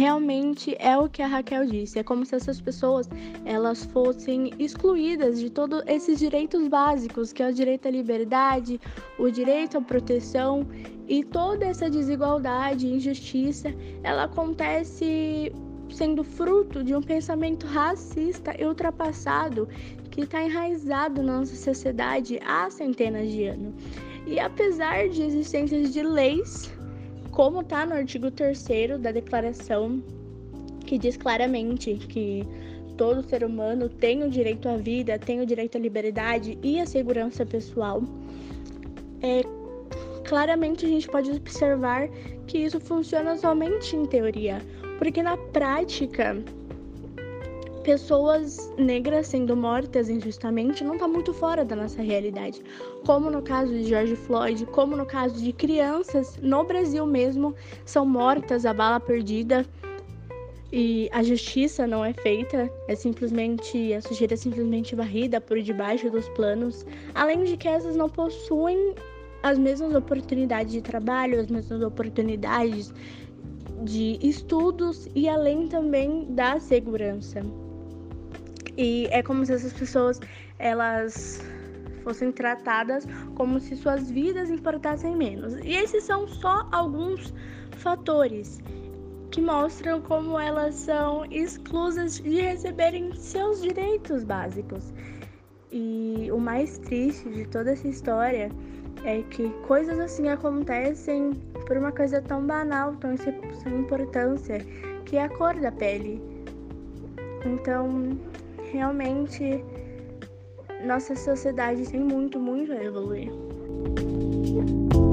realmente é o que a Raquel disse. É como se essas pessoas elas fossem excluídas de todos esses direitos básicos, que é o direito à liberdade, o direito à proteção, e toda essa desigualdade e injustiça, ela acontece sendo fruto de um pensamento racista e ultrapassado que está enraizado na nossa sociedade há centenas de anos. E apesar de existência de leis, como está no artigo 3º da Declaração, que diz claramente que todo ser humano tem o direito à vida, tem o direito à liberdade e à segurança pessoal, claramente a gente pode observar que isso funciona somente em teoria, porque na prática, pessoas negras sendo mortas injustamente não está muito fora da nossa realidade, como no caso de George Floyd, como no caso de crianças no Brasil mesmo, são mortas a bala perdida e a justiça não é feita, a sujeira é simplesmente varrida por debaixo dos panos, além de que essas não possuem as mesmas oportunidades de trabalho, as mesmas oportunidades de estudos e além também da segurança. E é como se essas pessoas elas fossem tratadas como se suas vidas importassem menos. E esses são só alguns fatores que mostram como elas são exclusas de receberem seus direitos básicos. E o mais triste de toda essa história é que coisas assim acontecem por uma coisa tão banal, tão sem importância, que é a cor da pele. Então, realmente, nossa sociedade tem muito a evoluir.